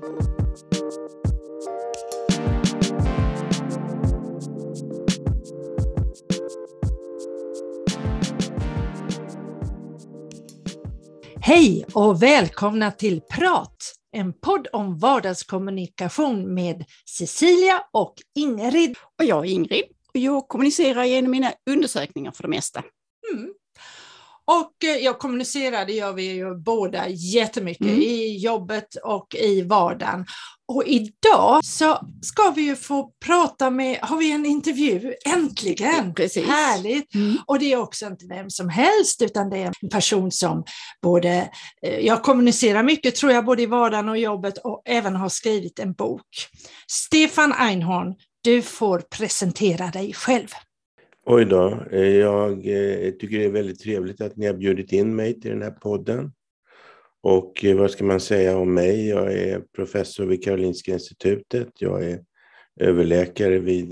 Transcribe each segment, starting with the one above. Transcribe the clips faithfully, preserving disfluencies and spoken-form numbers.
Hej och välkomna till Prat, en podd om vardagskommunikation med Cecilia och Ingrid. Och jag är Ingrid och jag kommunicerar genom mina undersökningar för det mesta. Mm. Och jag kommunicerar, det gör vi ju båda jättemycket mm. i jobbet och i vardagen. Och idag så ska vi ju få prata med, har vi en intervju, äntligen, Precis. Härligt. Mm. Och det är också inte vem som helst utan det är en person som både, jag kommunicerar mycket tror jag både i vardagen och jobbet och även har skrivit en bok. Stefan Einhorn, du får presentera dig själv. Oj då, jag tycker det är väldigt trevligt att ni har bjudit in mig till den här podden. Och vad ska man säga om mig? Jag är professor vid Karolinska institutet. Jag är överläkare vid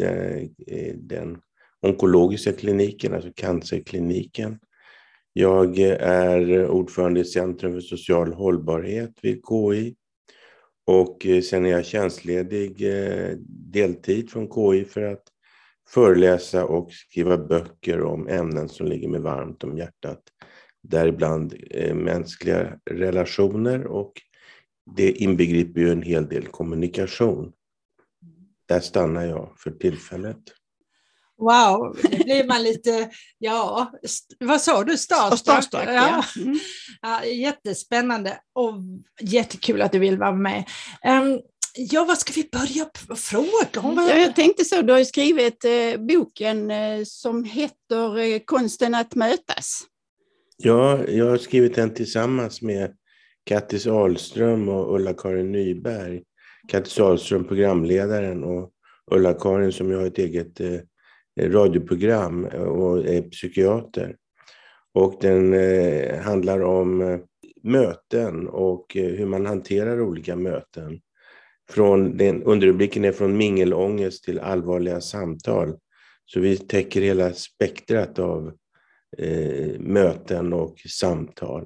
den onkologiska kliniken, alltså cancerkliniken. Jag är ordförande i Centrum för social hållbarhet vid K I. Och sen är jag tjänstledig deltid från K I för att föreläsa och skriva böcker om ämnen som ligger mig varmt om hjärtat. Däribland eh, mänskliga relationer och det inbegriper ju en hel del kommunikation. Där stannar jag för tillfället. Wow, det blir man lite, ja, st- vad sa du? Starstruck? Starstruck, ja. Ja. Mm. Ja, jättespännande och jättekul att du vill vara med. Um, Ja, vad ska vi börja p- fråga om? Ja, jag tänkte så, du har ju skrivit eh, boken eh, som heter eh, Konsten att mötas. Ja, jag har skrivit den tillsammans med Kattis Ahlström och Ulla-Karin Nyberg. Kattis Ahlström, programledaren, och Ulla-Karin som har ett eget eh, radioprogram och är psykiater. Och den eh, handlar om eh, möten och eh, hur man hanterar olika möten. Från den, underrubriken är från mingelångest till allvarliga samtal. Så vi täcker hela spektrat av eh, möten och samtal.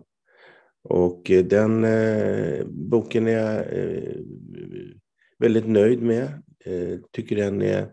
Och eh, den eh, boken är jag eh, väldigt nöjd med. Eh, tycker den är,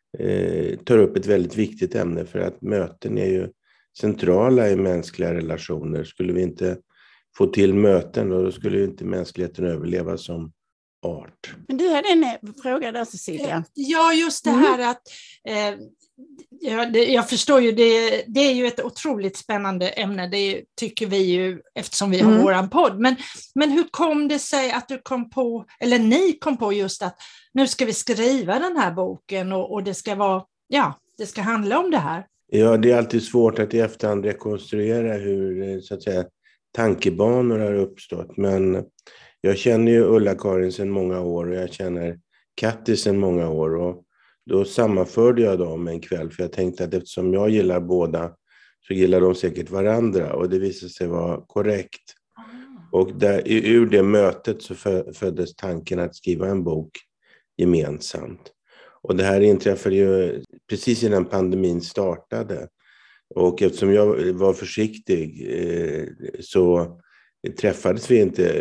eh, tar upp ett väldigt viktigt ämne för att möten är ju centrala i mänskliga relationer. Skulle vi inte få till möten då skulle ju inte mänskligheten överleva som art. Men du hade en fråga där, Cecilia. Ja, just det här mm. att eh, jag, det, jag förstår ju det, det är ju ett otroligt spännande ämne, det tycker vi ju eftersom vi har mm. våran podd. Men, men hur kom det sig att du kom på, eller ni kom på just att nu ska vi skriva den här boken och, och det ska vara, ja, det ska handla om det här? Ja, det är alltid svårt att i efterhand rekonstruera hur, så att säga, tankebanor har uppstått, men jag känner ju Ulla-Karin sedan många år och jag känner Kattis sedan många år, och då sammanförde jag dem en kväll för jag tänkte att eftersom jag gillar båda så gillar de säkert varandra, och det visade sig vara korrekt. Och där, ur det mötet så föddes tanken att skriva en bok gemensamt. Och det här inträffade ju precis innan pandemin startade, och eftersom jag var försiktig eh, så träffades vi inte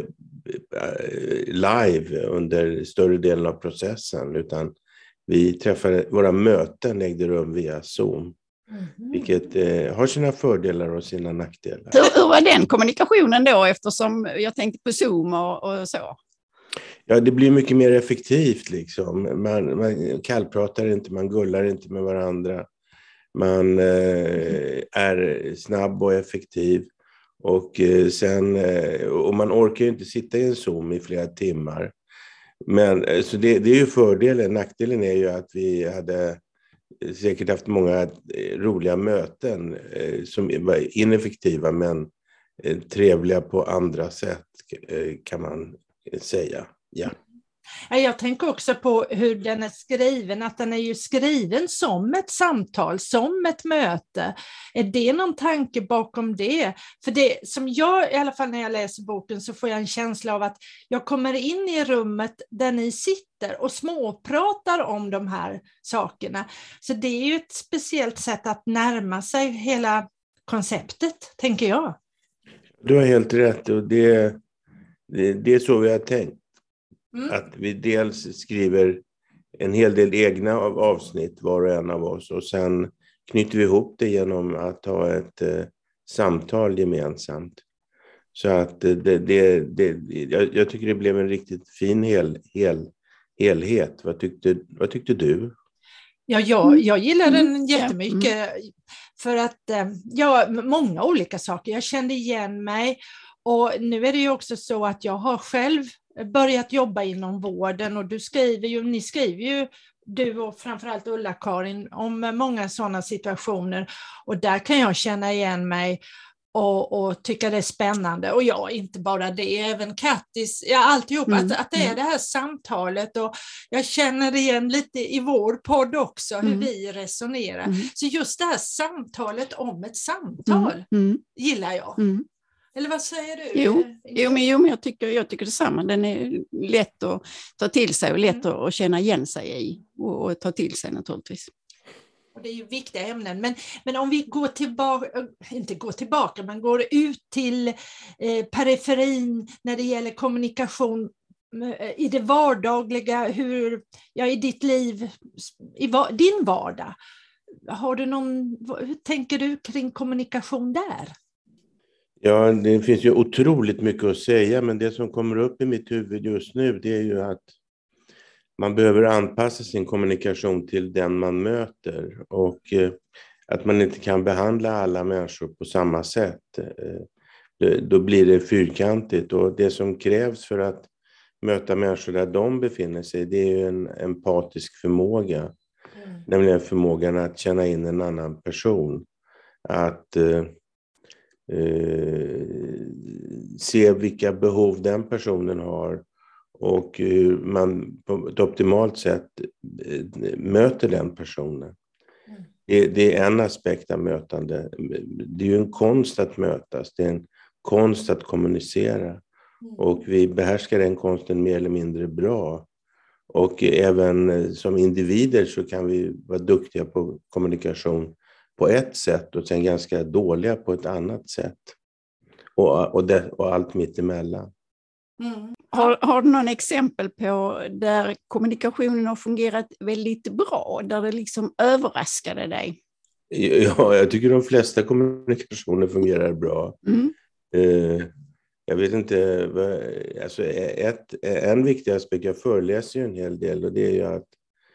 live under större delen av processen, utan vi träffade, våra möten ägde rum via Zoom, mm-hmm. vilket eh, har sina fördelar och sina nackdelar. Hur, hur var den kommunikationen då, eftersom jag tänkte på Zoom och, och så? Ja, det blir mycket mer effektivt liksom. Man, man kallpratar inte, man gullar inte med varandra. Man eh, är snabb och effektiv. Och eh, sen, eh, och man orkar ju inte sitta i en Zoom i flera timmar. Men eh, så det, det är ju fördelen. Nackdelen är ju att vi hade säkert haft många eh, roliga möten eh, som var ineffektiva men eh, trevliga på andra sätt eh, kan man säga. Ja. Jag tänker också på hur den är skriven, att den är ju skriven som ett samtal, som ett möte. Är det någon tanke bakom det? För det som jag, i alla fall när jag läser boken, så får jag en känsla av att jag kommer in i rummet där ni sitter och småpratar om de här sakerna. Så det är ju ett speciellt sätt att närma sig hela konceptet, tänker jag. Du har helt rätt, och det, det, det är så vi har tänkt. Mm. Att vi dels skriver en hel del egna avsnitt var och en av oss och sen knyter vi ihop det genom att ha ett eh, samtal gemensamt. Så att det, det, det, jag, jag tycker det blev en riktigt fin hel, hel, helhet. Vad tyckte, vad tyckte du? Ja, jag, jag gillar den Mm. jättemycket mm. för att ja, många olika saker. Jag kände igen mig och nu är det ju också så att jag har själv börjat jobba inom vården och du skriver ju, ni skriver ju, du och framförallt Ulla-Karin, om många sådana situationer och där kan jag känna igen mig och, och tycka det är spännande. Och ja, inte bara det, även Kattis, ja, alltihop, mm. att, att det är det här samtalet och jag känner igen lite i vår podd också hur mm. vi resonerar. Mm. Så just det här samtalet om ett samtal mm. gillar jag. Mm. Eller vad säger du? Jo, jo, men, jo men jag tycker, jag tycker detsamma. Den är lätt att ta till sig och lätt mm. att känna igen sig i och, och ta till sig naturligtvis. Och det är ju viktiga ämnen. Men, men om vi går tillbaka, inte går tillbaka, men går ut till eh, periferin när det gäller kommunikation eh, i det vardagliga, hur, ja, i ditt liv, i va, din vardag. Har du någon, hur tänker du kring kommunikation där? Ja, det finns ju otroligt mycket att säga, men det som kommer upp i mitt huvud just nu, det är ju att man behöver anpassa sin kommunikation till den man möter och eh, att man inte kan behandla alla människor på samma sätt. Eh, då blir det fyrkantigt och det som krävs för att möta människor där de befinner sig, det är ju en empatisk förmåga. Mm. Nämligen förmågan att känna in en annan person. Att eh, eh, se vilka behov den personen har. Och hur man på ett optimalt sätt möter den personen. Mm. Det, det är en aspekt av mötande. Det är ju en konst att mötas. Det är en konst att kommunicera. Mm. Och vi behärskar den konsten mer eller mindre bra. Och även som individer så kan vi vara duktiga på kommunikation på ett sätt och sen ganska dåliga på ett annat sätt. Och, och, det, och allt mitt emellan. Mm. Har, har du någon exempel på där kommunikationen har fungerat väldigt bra, där det liksom överraskade dig? Ja, jag tycker de flesta kommunikationer fungerar bra. Mm. Eh, jag vet inte, alltså ett, en viktig aspekt, jag föreläser ju en hel del och det är ju att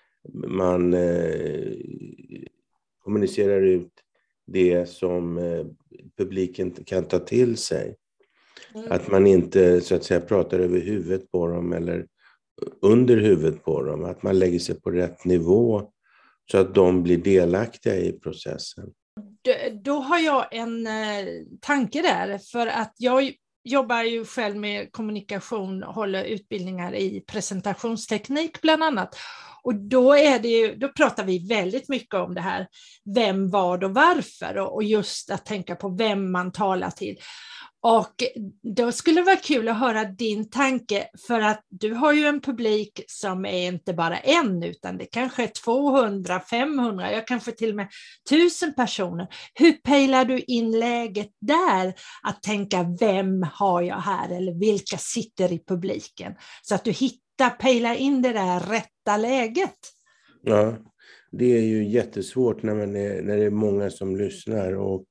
man eh, kommunicerar ut det som eh, publiken kan ta till sig. Mm. Att man inte så att säga pratar över huvudet på dem eller under huvudet på dem. Att man lägger sig på rätt nivå så att de blir delaktiga i processen. Då, då har jag en eh, tanke där, för att jag jobbar ju själv med kommunikation och håller utbildningar i presentationsteknik bland annat. Och då, är det ju, då pratar vi väldigt mycket om det här, vem, vad och varför, och, och just att tänka på vem man talar till. Och då skulle det vara kul att höra din tanke, för att du har ju en publik som är inte bara en, utan det kanske är tvåhundra, femhundra, jag kanske till och med tusen personer. Hur pejlar du in läget där? Att tänka, vem har jag här eller vilka sitter i publiken? Så att du hittar, pejlar in det där rätta läget. Ja, det är ju jättesvårt när, man är, när det är många som lyssnar och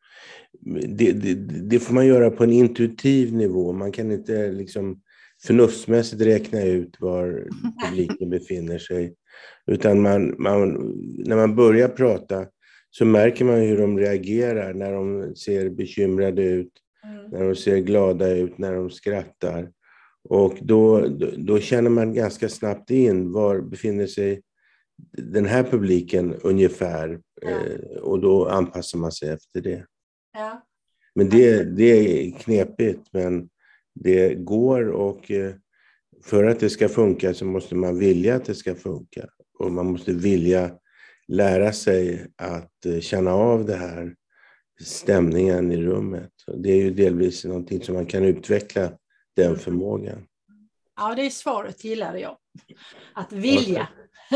Det, det, det får man göra på en intuitiv nivå. Man kan inte liksom förnuftsmässigt räkna ut var publiken befinner sig. Utan man, man, när man börjar prata så märker man hur de reagerar när de ser bekymrade ut, mm. när de ser glada ut, när de skrattar. Och då, då, då känner man ganska snabbt in var befinner sig den här publiken ungefär. Ja. Eh, och då anpassar man sig efter det. Ja. Men det, det är knepigt, men det går, och för att det ska funka så måste man vilja att det ska funka. Och man måste vilja lära sig att känna av det här stämningen i rummet. Det är ju delvis någonting som man kan utveckla, den förmågan. Ja, det är svaret, gillar jag. Att vilja.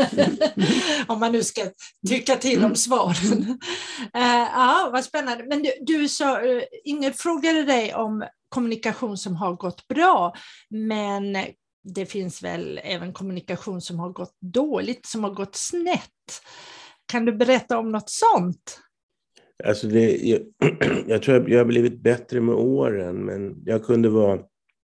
Om man nu ska tycka till om svaren. Uh, ja, vad spännande. Men du, du sa, uh, Inge frågade dig om kommunikation som har gått bra, men det finns väl även kommunikation som har gått dåligt, som har gått snett. Kan du berätta om något sånt? Alltså det, jag, jag tror att jag har blivit bättre med åren, men jag kunde vara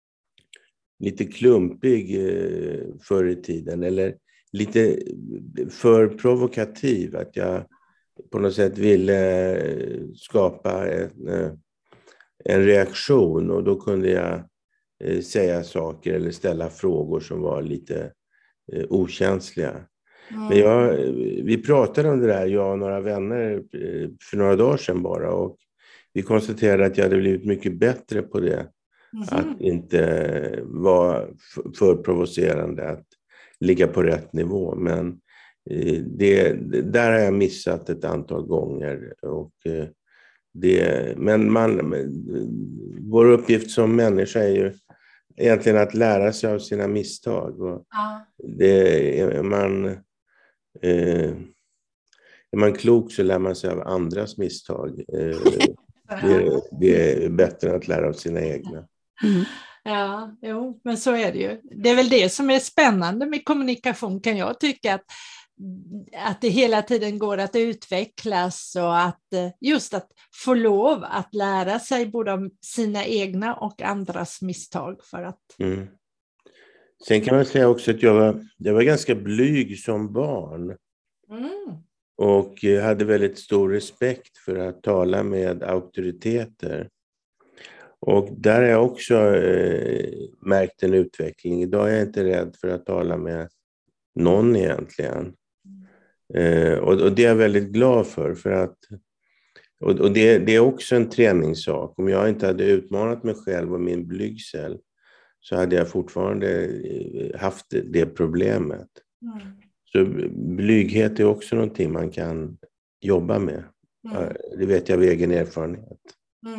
lite klumpig eh, förr i tiden, eller lite för provokativ, att jag på något sätt ville skapa en, en reaktion, och då kunde jag eh, säga saker eller ställa frågor som var lite eh, okänsliga. Mm. Men jag, vi pratade om det där, jag och några vänner, för några dagar sedan bara, och vi konstaterade att jag hade blivit mycket bättre på det. Mm. Att inte vara för provocerande, att ligga på rätt nivå. Men det, där har jag missat ett antal gånger. Och det, men man, vår uppgift som människa är ju egentligen att lära sig av sina misstag. Och ja. det, är man, eh, är man klok så lär man sig av andras misstag. Eh, det, det är bättre än att lära av sina egna. Mm. Ja, jo, men så är det ju. Det är väl det som är spännande med kommunikation, kan jag tycka, att, att det hela tiden går att utvecklas, och att just att få lov att lära sig både om sina egna och andras misstag. För att... Mm. Sen kan man säga också att jag var, jag var ganska blyg som barn. Mm. Och hade väldigt stor respekt för att tala med auktoriteter. Och där har jag också eh, märkt en utveckling. Idag är jag inte rädd för att tala med någon egentligen. Eh, och, och det är jag väldigt glad för. för att, och och det, det är också en träningssak. Om jag inte hade utmanat mig själv och min blygsel, så hade jag fortfarande haft det problemet. Mm. Så blyghet är också någonting man kan jobba med. Mm. Det vet jag av egen erfarenhet. Mm.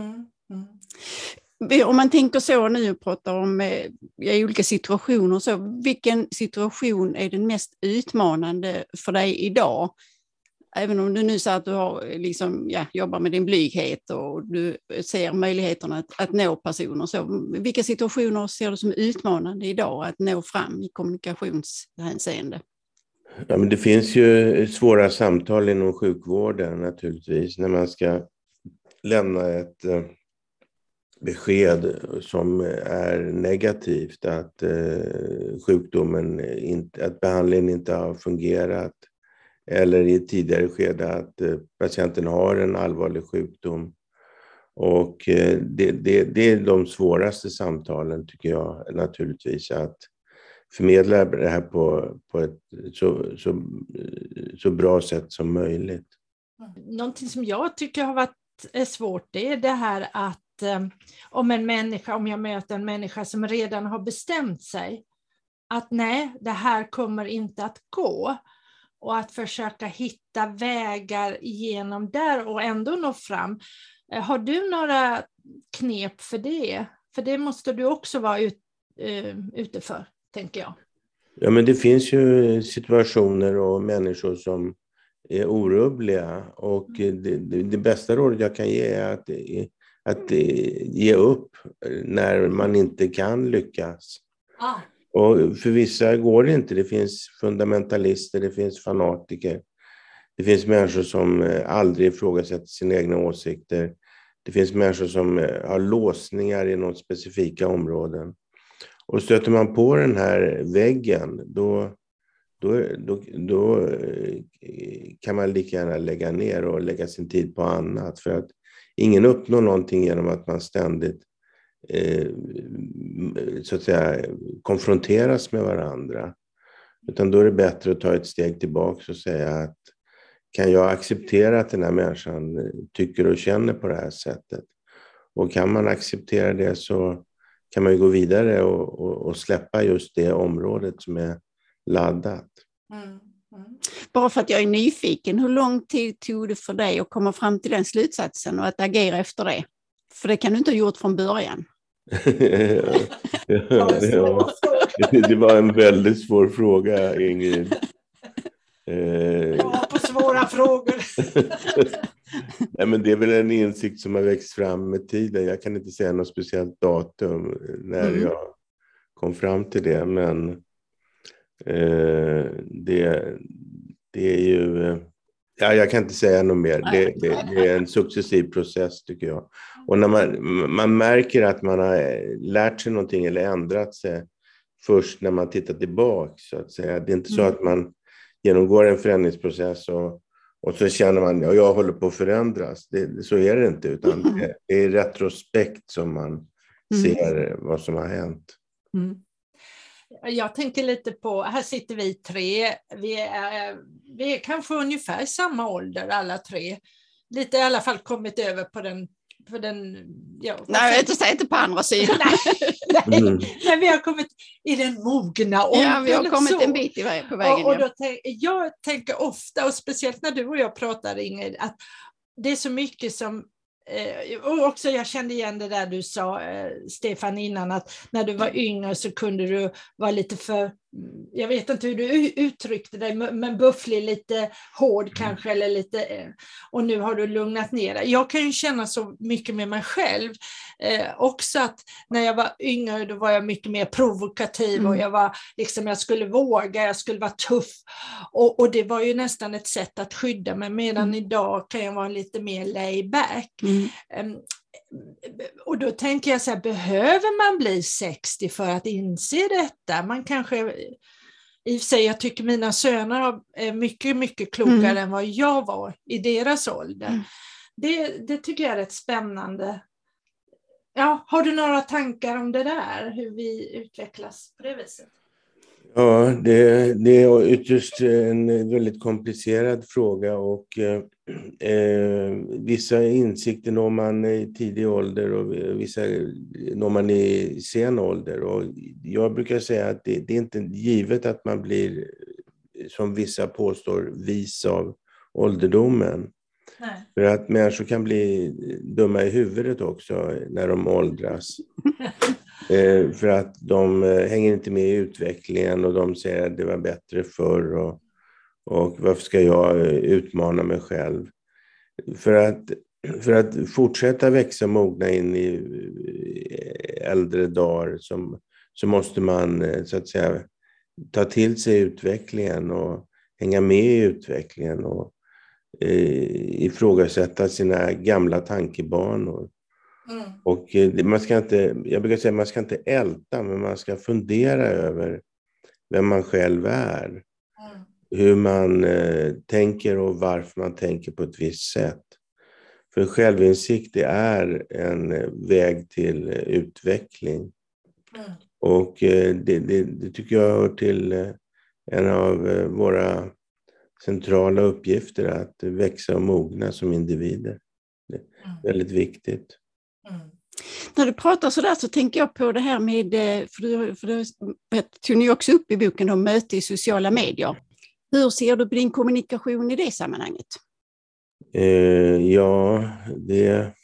Mm. Om man tänker så nu och pratar om eh, i olika situationer, så vilken situation är den mest utmanande för dig idag? Även om du nu säger att du har, liksom, ja, jobbar med din blyghet och du ser möjligheterna att, att nå personer. Så, vilka situationer ser du som utmanande idag att nå fram i kommunikationshänseende? Ja, men det finns ju svåra samtal inom sjukvården naturligtvis, när man ska lämna ett eh, besked som är negativt, att eh, sjukdomen inte, att behandlingen inte har fungerat, eller i ett tidigare skede att eh, patienten har en allvarlig sjukdom. Och eh, det, det, det är de svåraste samtalen, tycker jag, naturligtvis, att förmedla det här på, på ett så, så, så bra sätt som möjligt. Någonting som jag tycker har varit svårt, det är det här att eh, om en människa, om jag möter en människa som redan har bestämt sig att nej, det här kommer inte att gå, och att försöka hitta vägar igenom där och ändå nå fram. Har du några knep för det? För det måste du också vara ut, uh, ute för, tänker jag. Ja, men det finns ju situationer och människor som är orubbliga, och det, det, det bästa rådet jag kan ge är att, att ge upp när man inte kan lyckas. Ah. Och för vissa går det inte. Det finns fundamentalister, det finns fanatiker. Det finns människor som aldrig ifrågasätter sina egna åsikter. Det finns människor som har låsningar i något specifika områden. Och stöter man på den här väggen, då, då, då, då kan man lika gärna lägga ner och lägga sin tid på annat. För att ingen uppnår någonting genom att man ständigt eh, så att säga konfronteras med varandra. Utan då är det bättre att ta ett steg tillbaka och säga att kan jag acceptera att den här människan tycker och känner på det här sättet? Och kan man acceptera det, så kan man ju gå vidare och, och, och släppa just det området som är laddat. Mm. Mm. Bara för att jag är nyfiken, hur lång tid tog det för dig att komma fram till den slutsatsen och att agera efter det? För det kan du inte ha gjort från början. ja, ja, ja. Det var en väldigt svår fråga, Ingrid. Ja, på svåra frågor. Nej, men det är väl en insikt som har växt fram med tiden. Jag kan inte säga något speciellt datum när mm. jag kom fram till det. Men eh, det, det är ju... Eh, ja, jag kan inte säga något mer. Det, det, det är en successiv process tycker jag. Och när man, man märker att man har lärt sig någonting eller ändrat sig först när man tittar tillbaka, så att säga. Det är inte så att man genomgår en förändringsprocess och, och så känner man ja, jag håller på att förändras. Det, så är det inte, utan det, det är retrospekt som man ser vad som har hänt. Mm. Jag tänker lite på, här sitter vi tre, vi är, vi är kanske ungefär samma ålder alla tre. Lite i alla fall kommit över på den... På den ja, nej, jag inte säga inte på andra sidan. nej, nej, mm. nej, vi har kommit i den mogna åldern. Ja, vi har kommit så. en bit på vägen. Och, och då tänk, jag tänker ofta, och speciellt när du och jag pratar, Ingrid, att det är så mycket som... Och också jag kände igen det där du sa, Stefan, innan, att när du var yngre så kunde du vara lite för, jag vet inte hur du uttryckte dig, men bufflig, lite hård kanske, eller lite, och nu har du lugnat ner dig. Jag kan ju känna så mycket med mig själv eh, också, att när jag var yngre då var jag mycket mer provokativ mm. och jag var liksom, jag skulle våga, jag skulle vara tuff, och, och det var ju nästan ett sätt att skydda mig, medan mm. idag kan jag vara lite mer lay back. Mm. Um, och då tänker jag så här, behöver man bli sextio för att inse detta? Man kanske, i och för sig, jag tycker mina söner är mycket, mycket klokare mm. än vad jag var i deras ålder. Mm. Det, det tycker jag är rätt spännande. Ja, har du några tankar om det där, hur vi utvecklas på det viset? Ja, det, det är ytterst en väldigt komplicerad fråga, och eh, vissa insikter når man i tidig ålder och vissa når man i sen ålder. Och jag brukar säga att det, det är inte givet att man blir, som vissa påstår, vis av ålderdomen. Nej. För att människor kan bli dumma i huvudet också när de åldras. Eh, för att de eh, hänger inte med i utvecklingen, och de säger att det var bättre förr, och, och varför ska jag eh, utmana mig själv? För att, för att fortsätta växa, mogna in i eh, äldre dagar, som, så måste man eh, så att säga ta till sig utvecklingen och hänga med i utvecklingen och eh, ifrågasätta sina gamla tankebanor. Mm. Och man ska inte, jag brukar säga man ska inte älta, men man ska fundera över vem man själv är. Mm. Hur man eh, tänker och varför man tänker på ett visst sätt. För självinsikt, det är en eh, väg till eh, utveckling. Mm. Och eh, det, det, det tycker jag hör till eh, en av eh, våra centrala uppgifter, att växa och mogna som individer. Det är mm. väldigt viktigt. Mm. När du pratar så där så tänker jag på det här med, för du, för du tog ni också upp i boken om möte i sociala medier. Hur ser du på din kommunikation i det sammanhanget? Eh, ja, det,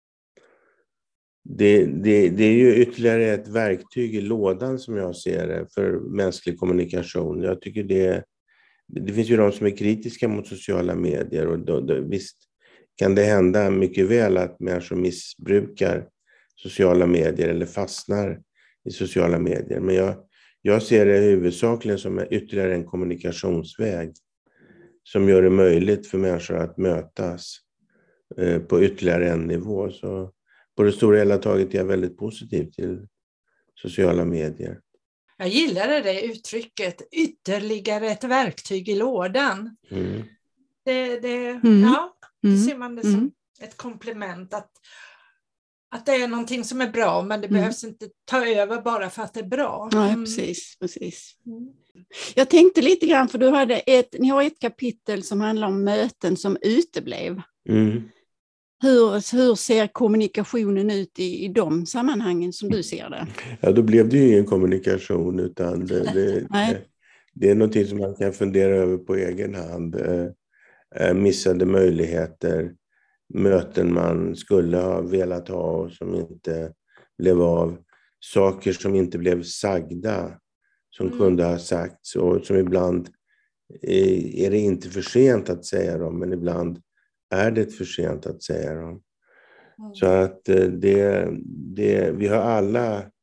det, det, det är ju ytterligare ett verktyg i lådan, som jag ser det, för mänsklig kommunikation. Jag tycker det, det finns ju de som är kritiska mot sociala medier, och då, då, visst kan det hända mycket väl att människor missbrukar sociala medier eller fastnar i sociala medier. Men jag, jag ser det huvudsakligen som ytterligare en kommunikationsväg som gör det möjligt för människor att mötas eh, på ytterligare en nivå. Så på det stora hela taget är jag väldigt positiv till sociala medier. Jag gillade det uttrycket, ytterligare ett verktyg i lådan. Mm. Det, det, mm. Ja, då ser man det som mm. ett komplement, att, att det är någonting som är bra, men det mm. behövs inte ta över bara för att det är bra. Mm. Ja, precis. precis. Mm. Jag tänkte lite grann, för du hade ett, ni har ett kapitel som handlar om möten som uteblev. Mm. Hur, hur ser kommunikationen ut i, i de sammanhangen som du ser det? Ja, då blev det ju ingen kommunikation, utan det, det, det, det är någonting som man kan fundera över på egen hand. Eh, missade möjligheter, möten man skulle ha velat ha och som inte blev av, saker som inte blev sagda, som mm. kunde ha sagts, och som ibland är, är det inte för sent att säga dem, men ibland är det för sent att säga dem. Mm. Så att det, det, vi har alla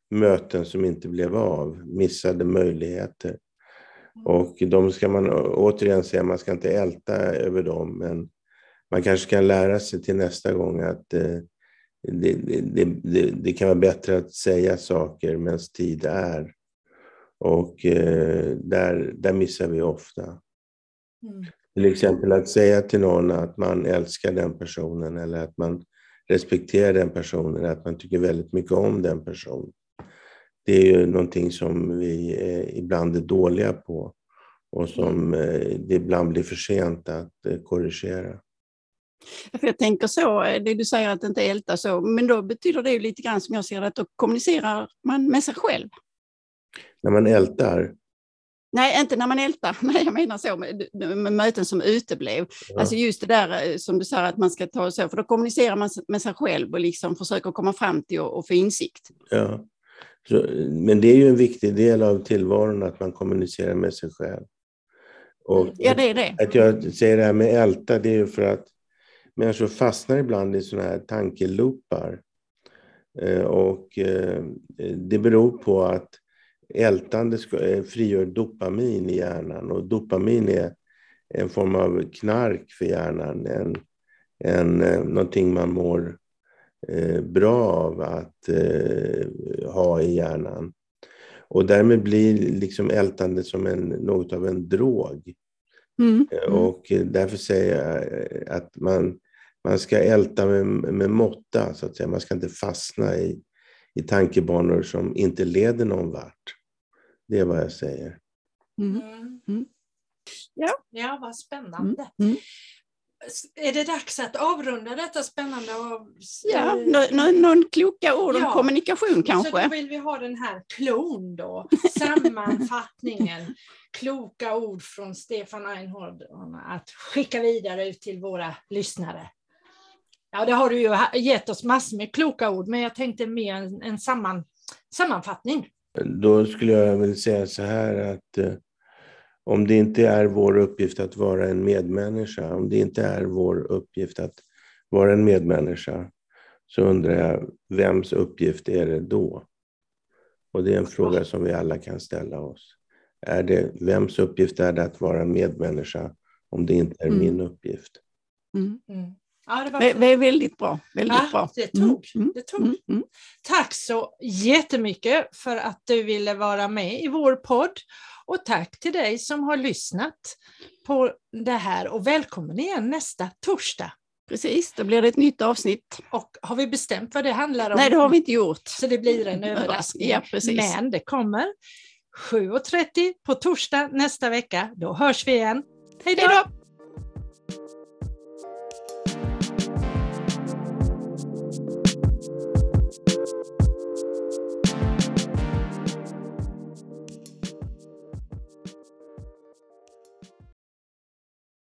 möten som inte blev av, missade möjligheter. Och de ska man återigen säga, man ska inte älta över dem, men man kanske kan lära sig till nästa gång att eh, det, det, det, det kan vara bättre att säga saker medan tid är. Och eh, där, där missar vi ofta. Mm. Till exempel att säga till någon att man älskar den personen eller att man respekterar den personen, att man tycker väldigt mycket om den personen. Det är ju någonting som vi eh, ibland är dåliga på och som eh, det ibland blir för sent att eh, korrigera. För jag tänker så, det du säger att inte älta så, men då betyder det ju lite grann som jag ser att då kommunicerar man med sig själv. När man ältar? Nej, inte när man ältar. Nej, jag menar så med, med möten som uteblev. Ja. Alltså just det där som du säger att man ska ta så, för då kommunicerar man med sig själv och liksom försöker komma fram till och, och få insikt. Ja, så, men det är ju en viktig del av tillvaron att man kommunicerar med sig själv. Och ja, det är det. Att jag säger det här med älta, det är ju för att människor fastnar ibland i sådana här tankeloopar. Och det beror på att ältande frigör dopamin i hjärnan. Och dopamin är en form av knark för hjärnan. En, en, någonting man mår bra av att ha i hjärnan. Och därmed blir liksom ältande som en, något av en drog. Mm. Mm. Och därför säger jag att man, man ska älta med, med måtta, så att säga. Man ska inte fastna i, i tankebanor som inte leder någon vart. Det är vad jag säger. Mm. Mm. Ja. Ja, vad spännande. Mm. Mm. Är det dags att avrunda detta spännande? Av, ja, äh, någon, någon kloka ord om ja, kommunikation kanske. Så då vill vi ha den här klon då. Sammanfattningen. Kloka ord från Stefan Einhorn att skicka vidare ut till våra lyssnare. Ja, det har du ju gett oss massor med kloka ord, men jag tänkte mer en, en samman, sammanfattning. Då skulle jag vilja säga så här att eh, om det inte är vår uppgift att vara en medmänniska, om det inte är vår uppgift att vara en medmänniska, så undrar jag, vems uppgift är det då? Och det är en fråga som vi alla kan ställa oss. Är det, vems uppgift är det att vara en medmänniska om det inte är mm. min uppgift? Mm. Mm. Ja, det, var det är väldigt bra. Väldigt ja, bra. Det tog. Mm. Det tog. Mm. Mm. Tack så jättemycket för att du ville vara med i vår podd. Och tack till dig som har lyssnat på det här. Och välkommen igen nästa torsdag. Precis, då blir det ett nytt avsnitt. Och har vi bestämt vad det handlar om? Nej, det har vi inte gjort. Så det blir en överraskning. Ja, precis. Men det kommer sju och trettio på torsdag nästa vecka. Då hörs vi igen. Hej då!